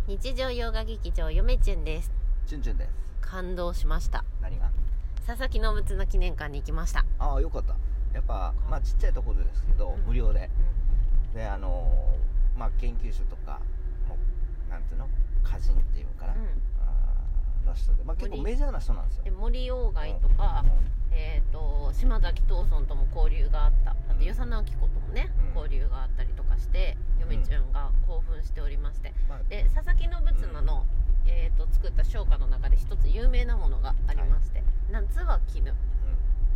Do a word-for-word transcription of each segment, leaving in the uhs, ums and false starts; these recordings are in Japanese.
日常洋画劇場よめちゅんです。 チュンチュンです。 感動しました。 何が？ 佐々木信綱記念館に行きました。 ああ、よかった。やっぱまあちっちゃいところですけど、うん、無料で、うん、であのー、まあ研究所とかもうなんていうの歌人っていうから、うん、あの人で、まあ結構メジャーな人なんですよ。 森鴎外とか、うん、えっ、ー、と島崎藤村とも交流があった。あと与謝野明子ともね、うん、交流があったりとかして、よめちゅんが興奮しておりまして、うん、で佐々木信綱の、うん、えー、と作った唱歌の中で一つ有名なものがありまして、はい、夏は絹、うん、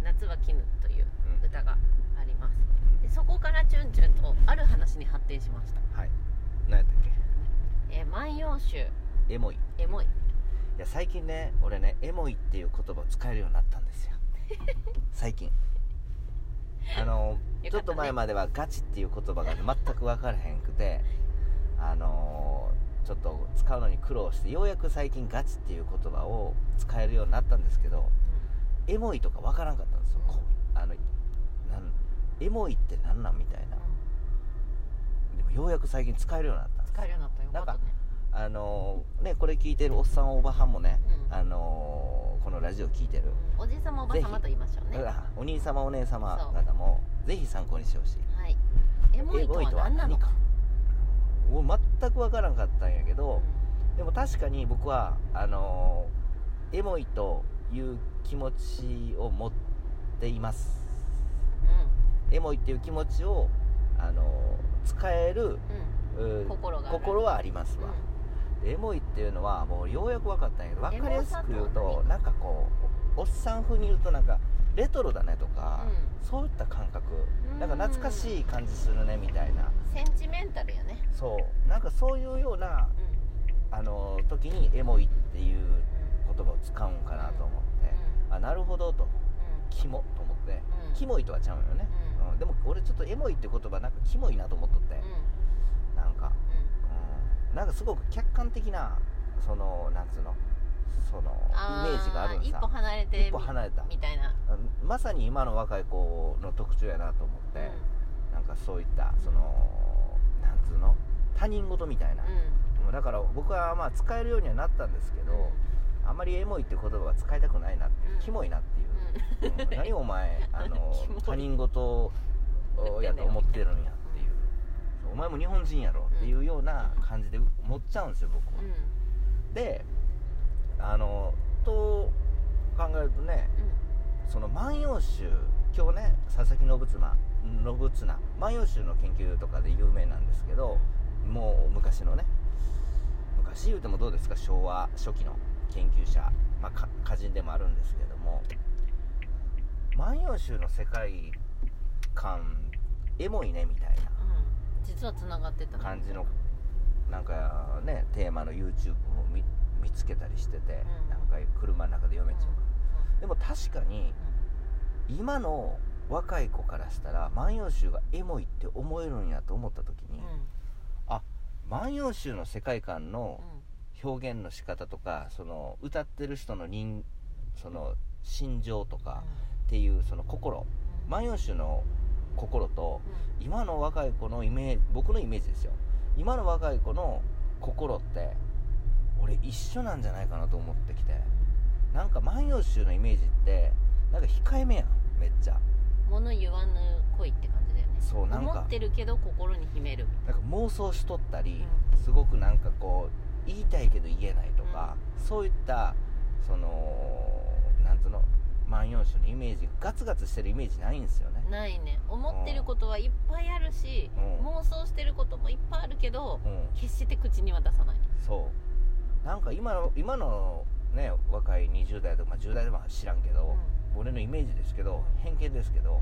夏は絹という歌があります。でそこからチュンチュンとある話に発展しました。 はい。何やったっけ？えー、万葉集。 エモい。 エモい。いや最近ね、俺ね、エモいっていう言葉を使えるようになったんですよ。最近。あの、ね、ちょっと前まではガチっていう言葉が全く分からへんくて、あのー、ちょっと使うのに苦労して、ようやく最近ガチっていう言葉を使えるようになったんですけど、うん、エモいとか分からんかったんですよ。うん、あのなんエモいって何なんみたいな、うん、でもようやく最近使えるようになったんです。 使えるようになったよかったね。 あのー、ねこれ聞いてるおっさんおばはんもね、うん、あのー、このラジオ聞いてる、 うん、おじさまおばさまと言いましょうね。 お兄様お姉様方もぜひ参考にしてほしい。 はい。エモいとは何なのか。 全く分からんかったんやけど、うん、でも確かに僕はあのー、エモいという気持ちを持っています。うん、エモいっていう気持ちをあのー、使える、 うん、心がある。 心はありますわ。うん、エモいっていうのはもうようやく分かったんやけど、分かりやすく言うとなんかこうおっさん風に言うとなんかレトロだねとか、うん、そういった感覚、なんか懐かしい感じするねみたいな、 センチメンタルよね。 そうなんかそういうような、うん、あの時にエモいっていう言葉を使うんかなと思って、うん、あなるほどと、うん、キモと思って、うん、キモいとはちゃうよね、うんうん、でも俺ちょっとエモいって言葉なんかキモいなと思っとって、うん、なんか、うんうん、なんかすごく客観的なそのなんつうのそのイメージがあるんさ。 一歩離れて一歩離れたみたいな、 まさに今の若い子の特徴やなと思って、うん、なんかそういったそのなんつうの他人事みたいな、うん、だから僕はまあ使えるようにはなったんですけど、うん、あんまりエモいって言葉は使いたくないなって、うん、キモいなっていう、うんうん、何お前あの他人事やと思ってるんやっていうお前も日本人やろっていうような感じで思っちゃうんですよ僕は、うん、であのと考えるとね、うん、その万葉集今日ね佐々木信綱信綱万葉集の研究とかで有名なんですけど、もう昔のね昔言うてもどうですか、昭和初期の研究者、まあ、歌人でもあるんですけども、万葉集の世界観エモいねみたいな、うん、 実はつながってた感じのなんかねテーマの YouTube も見見つけたりしてて、うん、なんか車の中で読めちゃう、うん、でも確かに、うん、今の若い子からしたら万葉集がエモいって思えるんやと思った時に、うん、あ万葉集の世界観の表現の仕方とか、その歌ってる人の人その心情とかっていうその心、うん、万葉集の心と、うん、今の若い子のイメージ、僕のイメージですよ、今の若い子の心って俺一緒なんじゃないかなと思ってきて、なんか万葉集のイメージってなんか控えめやん、めっちゃ物言わぬ恋って感じだよね。 そうなんか思ってるけど心に秘める、 なんか妄想しとったり、うん、すごくなんかこう言いたいけど言えないとか、うん、そういったそのなんつうの万葉集のイメージガツガツしてるイメージないんですよね。 ないね。思ってることはいっぱいあるし、うん、妄想してることもいっぱいあるけど、うん、決して口には出さない。 そうなんか今の今のね若いにじゅう代とか、まあ、じゅう代でも知らんけど、うん、俺のイメージですけど、偏見ですけど、うん、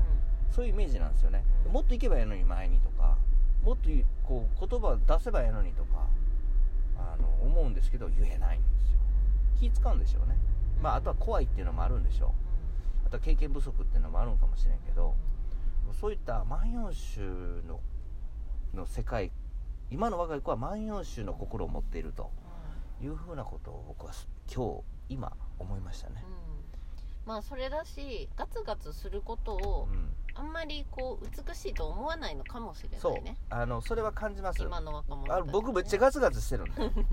そういうイメージなんですよね、うん、もっといけばいいのに前にとか、もっとこう言葉出せばいいのにとかあの思うんですけど言えないんですよ。気使うんでしょうね、まあ、あとは怖いっていうのもあるんでしょう、あとは経験不足っていうのもあるんかもしれんけど、そういった万葉集 の, の世界、今の若い子は万葉集の心を持っているというふうなことを僕は今日今思いましたね、 うん、まあそれだしガツガツすることを、うん、あんまりこう美しいと思わないのかもしれないね。 そうあのそれは感じます。 今の若者たち、ね、 あ僕めっちゃガツガツしてるんで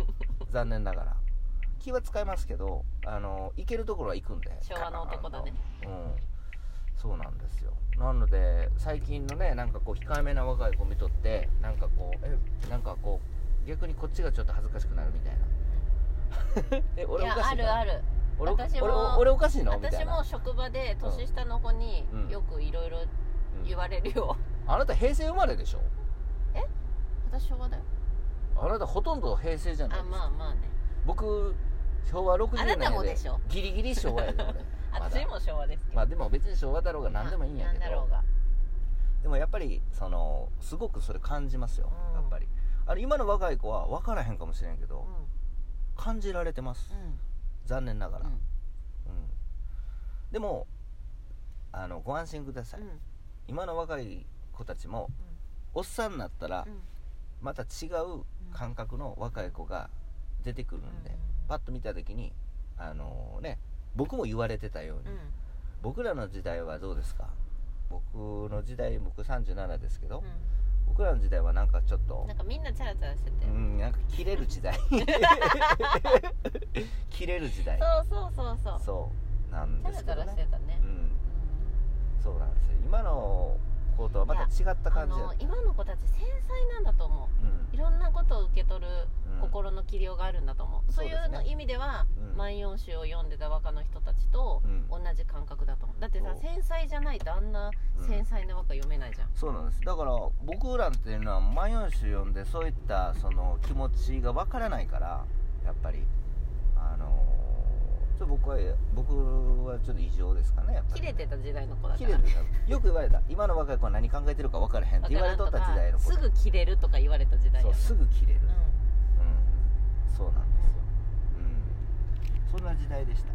残念ながら気は使いますけど、あの行けるところは行くんで。 昭和の男だね。 うん、そうなんですよ。なので最近のね、なんかこう控えめな若い子見とって、なんかこうえなんかこう逆にこっちがちょっと恥ずかしくなるみたいな、うん、え俺おかしいか。 いやあるある。 俺私も俺, 俺おかしいのみたいな。 私も職場で年下の子によくいろいろ言われるよ、 うん、あなた平成生まれでしょ。 え私昭和だよ。 あなたほとんど平成じゃないですか。 あまあまあね。 僕昭和ろくじゅうねんであなたもでしょ。 ギリギリ昭和やで俺私も昭和ですけど、 まあでも別に昭和だろうが何でもいいんやけど、 何だろうが。 でもやっぱりそのすごくそれ感じますよ、うん、やっぱりあれ今の若い子は分からへんかもしれんけど、うん、感じられてます、うん、残念ながら、うんうん、でもあのご安心ください、うん、今の若い子たちも、うん、おっさんになったら、うん、また違う感覚の若い子が出てくるんで、うん、パッと見た時にあのね、僕も言われてたように、うん、僕らの時代はどうですか。僕の時代、僕さんじゅうななですけど、うん、僕らの時代はなんかちょっとなんかみんなチャラチャラしてて、 うん、なんか切れる時代切れる時代、 そうそうそうそうそうなんですけどね。 チャラチャラしてたね、 うんうん、そうなんですよ。今の子とはまた違った感じや。 あの今の子たち繊細なんだと思う、うん、いろんなことを受け取る心の切りようがあるんだと思う、うん、そういうの意味では、うん、万葉集を読んでた若の人たちと同じ感覚だと思う。だってさ、繊細じゃないとあんな繊細な和歌読めないじゃん、うん、 そうなんです。だから僕らっていうのは万葉集読んでそういったその気持ちが分からないから、やっぱりあのちょっと僕は僕はちょっと異常ですかね。やっぱり切れてた時代の子だから。 切れてた。よく言われた。今の若い子は何考えてるか分からへんって言われとった時代の子。 すぐ切れるとか言われた時代。 そう、すぐ切れる、うんうん、そうなんですよ、うん、そんな時代でした。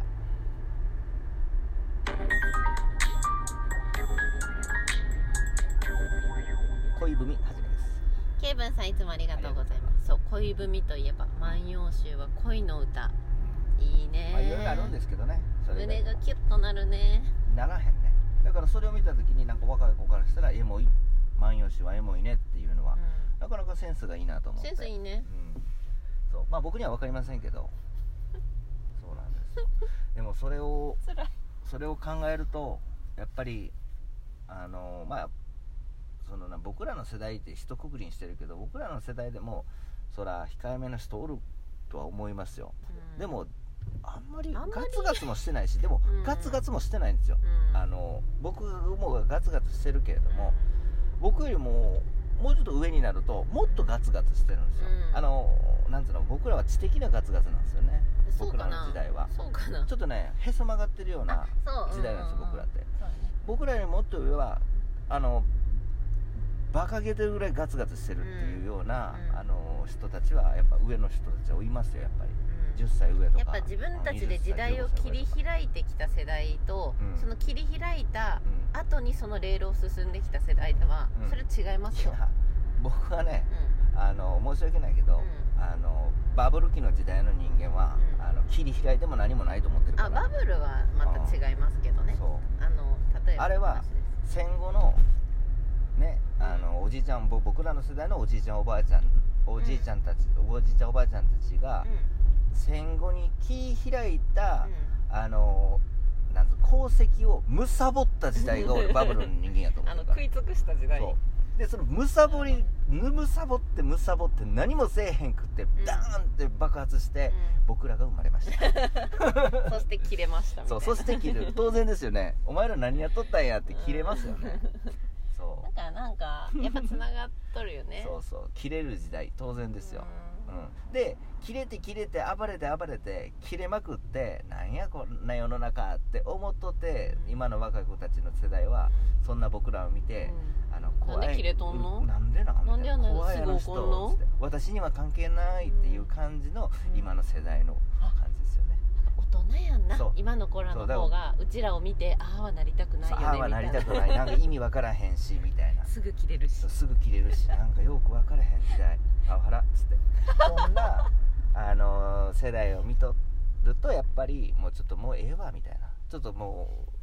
恋文はじめです。 ケイブンさんいつもありがとうございます。そう、恋文といえば万葉集は恋の歌、いいね。 まあいろいろあるんですけどね、 それ胸がキュッとなるね。 ならへんね。だからそれを見た時になんか若い子からしたらエモい、万葉集はエモいねっていうのは、うん、なかなかセンスがいいなと思って。 センスいいね、 うん、そうまあ僕には分かりませんけどそうなんですでもそれをそれを考えるとやっぱりあのまあそのな僕らの世代って一括りにしてるけど、僕らの世代でもそら控えめな人おるとは思いますよ、うん、でもあんまりガツガツもしてないし、でもガツガツもしてないんですよ、うん、あの僕もガツガツしてるけれども、うん、僕よりももうちょっと上になるともっとガツガツしてるんですよ、うん、あのなんつうの、僕らは知的なガツガツなんですよね。僕らの時代はそうかな、 ちょっとねへそ曲がってるような時代なんですよ、僕らって、ね、僕らよりもっと上はあの馬鹿げてるぐらいガツガツしてるっていうような、うん、あの人たちはやっぱ上の人たちはいますよ、やっぱり、うん、じゅっさい上とか。 やっぱ自分たちで時代を切り開いてきた世代と、うん、その切り開いた後にそのレールを進んできた世代では、うん、それ違いますよ。 僕はね、うん、あの申し訳ないけど、うん、あのバブル期の時代の人間は、うん、あの切り開いても何もないと思ってるから。 あバブルはまた違いますけどね、うん、そうあの例えばあれは戦後のね、あのおじいちゃん、僕らの世代のおじいちゃんおばあちゃんおじいちゃんたち、うん、おじいちゃんおばあちゃんたちが、うん、戦後に切り開いた、うん、あのなんぞ功績をむさぼった時代が俺バブルの人間やと思うあの食い尽くした時代。 そうでそのむさぼりむさぼってむさぼって何もせえへんくって、うん、ダーンって爆発して、うん、僕らが生まれましたそして切れましたみたいな。 そうそして切る当然ですよね。お前ら何やっとったんやって切れますよねだからなんかやっぱつながっとるよねそうそう切れる時代当然ですよ、うんうん、で切れて切れて暴れて暴れて切れまくってなんやこんな世の中って思っとって、うん、今の若い子たちの世代は、うん、そんな僕らを見て、うん、あの怖いなんで切れとんの、 うん、なんでなんなんでやねん怖いあの人って私には関係ないっていう感じの、うん、今の世代の感じですよね。 大人やんな今の子らの方がうちらを見てああはなりたくないよねみたいな。ああはなりたくないなんか意味わからへんしみたいなすぐ切れるしすぐ切れるしなんかよくわからへん時代パワハラっつってこんなあのー、世代を見とるとやっぱりもうちょっともうええわみたいなちょっとも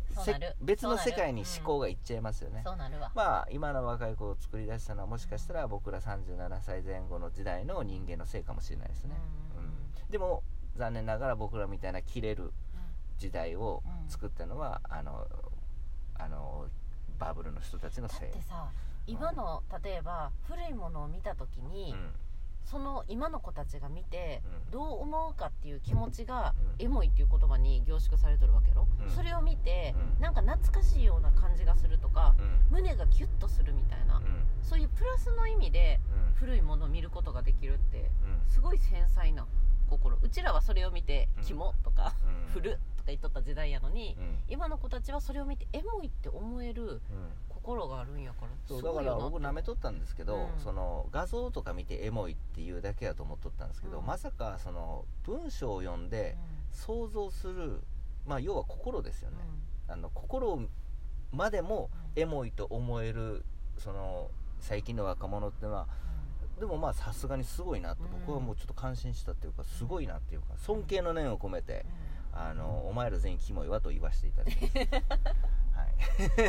そうなる別の世界に思考がいっちゃいますよね、 うん、そうなるわ。 まあ今の若い子を作り出したのはもしかしたら僕らさんじゅうななさいぜん後の時代の人間のせいかもしれないですね、うんうん、でも残念ながら僕らみたいな切れる時代を作ったのは、うん、あのあのバブルの人たちのせい。 だってさ、今の、うん、例えば古いものを見た時に、うん、その今の子たちが見て、うん、どう思うかっていう気持ちが、うん、エモいっていう言葉に凝縮されてるわけやろ、うん、それを見て、うん、なんか懐かしいような感じがするとか、うん、胸がキュッとするみたいな、うん、そういうプラスの意味で、うん、古いものを見ることができるって、うん、すごい繊細な心。うちらはそれを見て、うん、キモとか、うん、古とか言っとった時代やのに、うん、今の子たちはそれを見てエモいって思える心があるんやから、 そうだから僕舐めとったんですけど、うん、その画像とか見てエモいっていうだけやと思っとったんですけど、うん、まさかその文章を読んで想像する、まあ要は心ですよね、うん、あの心までもエモいと思えるその最近の若者ってのは、うん、でもまあさすがにすごいなと僕はもうちょっと感心したっていうか、すごいなっていうか尊敬の念を込めて、うん、あのお前ら全員キモいわと言わせていただきますはい、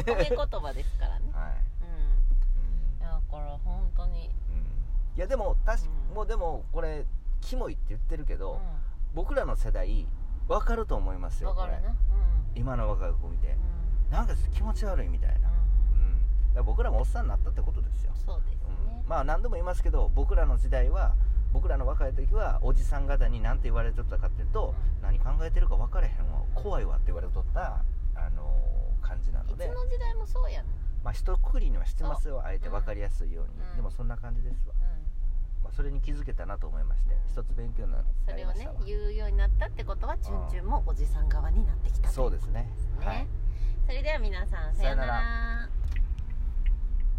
褒め言葉ですからね、はい、うん、だから本当に、うん、いやでも確か、うん、もうでもこれキモいって言ってるけど、うん、僕らの世代分かると思いますよ。 分かるね、 うん、今の若い子見て、うん、なんか気持ち悪いみたいな、うんうん、だから僕らもおっさんになったってことですよ。 そうですね、 うん、まあ何度も言いますけど、僕らの時代は僕らの若い時はおじさん方に何て言われとったかっていうと、うん、何考えてるか分からへんわ、怖いわって言われとったあのー、感じなので、 いつの時代もそうやん。 まあ一括りにはしてますよ、あえて分かりやすいように、うん、でもそんな感じですわ、うん、まあ、それに気づけたなと思いまして、うん、一つ勉強になりましたわ。 それをね言うようになったってことは、チュンチュンもおじさん側になってきたということですね。 そうですね、はい、 それでは皆さんさようなら。